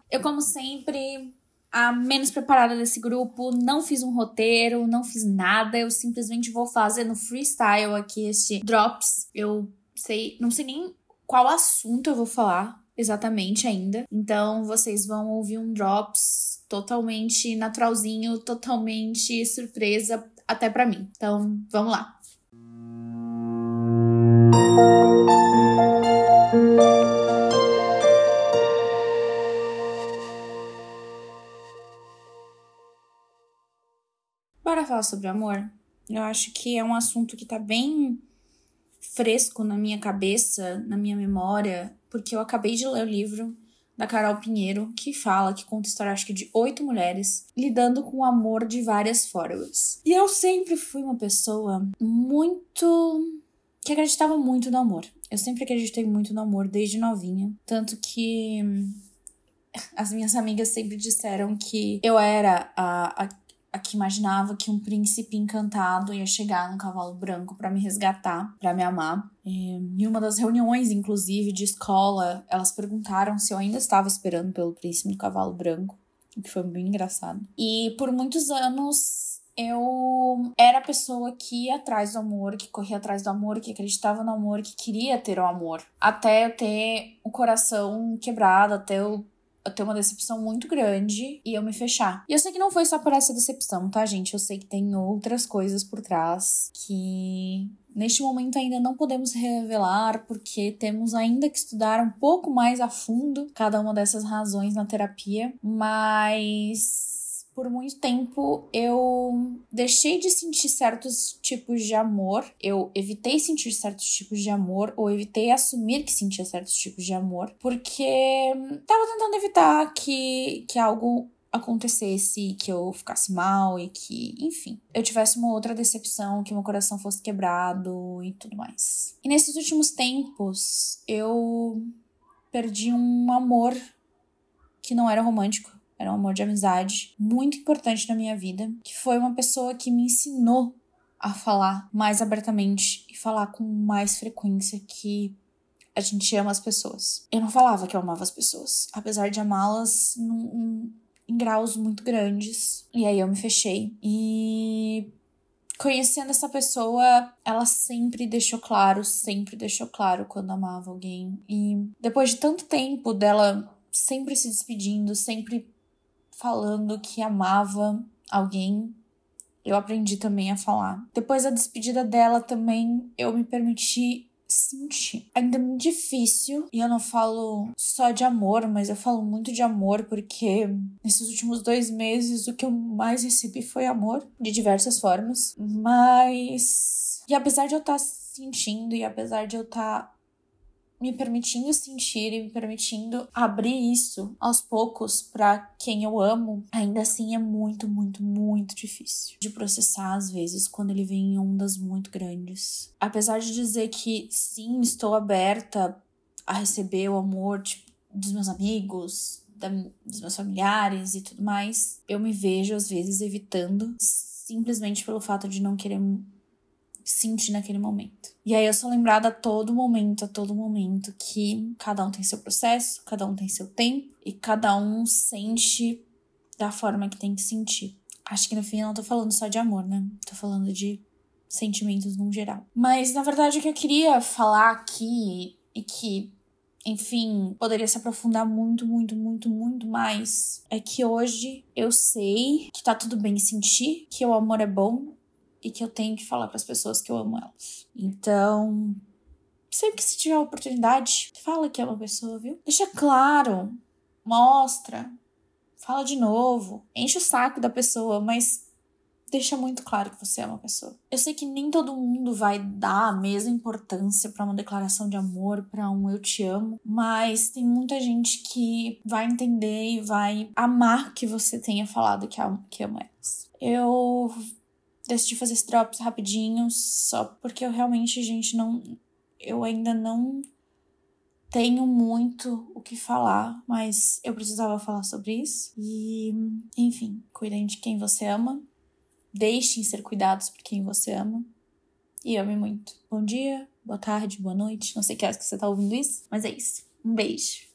Eu, como sempre, a menos preparada desse grupo, não fiz um roteiro, não fiz nada, eu simplesmente vou fazer no freestyle aqui este drops. Não sei nem qual assunto eu vou falar exatamente ainda. Então, vocês vão ouvir um drops totalmente naturalzinho, totalmente surpresa até pra mim. Então, vamos lá. Bora falar sobre amor? Eu acho que é um assunto que tá bem fresco na minha cabeça, na minha memória, porque eu acabei de ler o livro da Carol Pinheiro, que conta a história, acho que de 8 mulheres lidando com o amor de várias formas. E eu sempre fui uma pessoa que acreditava muito no amor. Eu sempre acreditei muito no amor, desde novinha. Tanto que as minhas amigas sempre disseram que eu era a que imaginava que um príncipe encantado ia chegar num cavalo branco pra me resgatar, pra me amar. Em uma das reuniões, inclusive, de escola, elas perguntaram se eu ainda estava esperando pelo príncipe do cavalo branco, o que foi bem engraçado. E por muitos anos eu era a pessoa que ia atrás do amor, que corria atrás do amor, que acreditava no amor, que queria ter o amor. Até eu ter o coração quebrado, até eu ter uma decepção muito grande e eu me fechar. E eu sei que não foi só por essa decepção, tá, gente? Eu sei que tem outras coisas por trás que neste momento ainda não podemos revelar, porque temos ainda que estudar um pouco mais a fundo cada uma dessas razões na terapia, mas por muito tempo eu deixei de sentir certos tipos de amor, eu evitei sentir certos tipos de amor, ou evitei assumir que sentia certos tipos de amor, porque tava tentando evitar que algo acontecesse, que eu ficasse mal e que, enfim, eu tivesse uma outra decepção, que meu coração fosse quebrado e tudo mais. E nesses últimos tempos, eu perdi um amor que não era romântico. Era um amor de amizade muito importante na minha vida, que foi uma pessoa que me ensinou a falar mais abertamente e falar com mais frequência que a gente ama as pessoas. Eu não falava que eu amava as pessoas, apesar de amá-las em graus muito grandes. E aí eu me fechei. E conhecendo essa pessoa, ela sempre deixou claro quando amava alguém. E depois de tanto tempo dela sempre se despedindo, sempre falando que amava alguém, eu aprendi também a falar. Depois da despedida dela também, eu me permiti sentir. Ainda é muito difícil, e eu não falo só de amor, mas eu falo muito de amor, porque nesses últimos 2 meses o que eu mais recebi foi amor, de diversas formas. Mas... E apesar de eu estar sentindo, e apesar de eu estar me permitindo sentir e me permitindo abrir isso aos poucos pra quem eu amo, ainda assim é muito, muito, muito difícil de processar às vezes quando ele vem em ondas muito grandes. Apesar de dizer que sim, estou aberta a receber o amor dos meus amigos, dos meus familiares e tudo mais, eu me vejo às vezes evitando simplesmente pelo fato de não querer sentir naquele momento. E aí eu sou lembrada a todo momento que cada um tem seu processo, cada um tem seu tempo e cada um sente da forma que tem que sentir. Acho que no fim eu não tô falando só de amor, né? Tô falando de sentimentos no geral. Mas na verdade o que eu queria falar aqui e que, enfim, poderia se aprofundar muito, muito, muito, muito mais, é que hoje eu sei que tá tudo bem sentir, que o amor é bom e que eu tenho que falar para as pessoas que eu amo elas. Então, sempre que você tiver a oportunidade, fala que é uma pessoa, viu? Deixa claro, mostra, fala de novo, enche o saco da pessoa, mas deixa muito claro que você é uma pessoa. Eu sei que nem todo mundo vai dar a mesma importância para uma declaração de amor, para um eu te amo, mas tem muita gente que vai entender e vai amar que você tenha falado que ama elas. Eu decidi fazer esse drops rapidinho, só porque eu realmente, gente, eu ainda não tenho muito o que falar, mas eu precisava falar sobre isso. E, enfim, cuidem de quem você ama, deixem ser cuidados por quem você ama e ame muito. Bom dia, boa tarde, boa noite, não sei que horas que você tá ouvindo isso, mas é isso. Um beijo.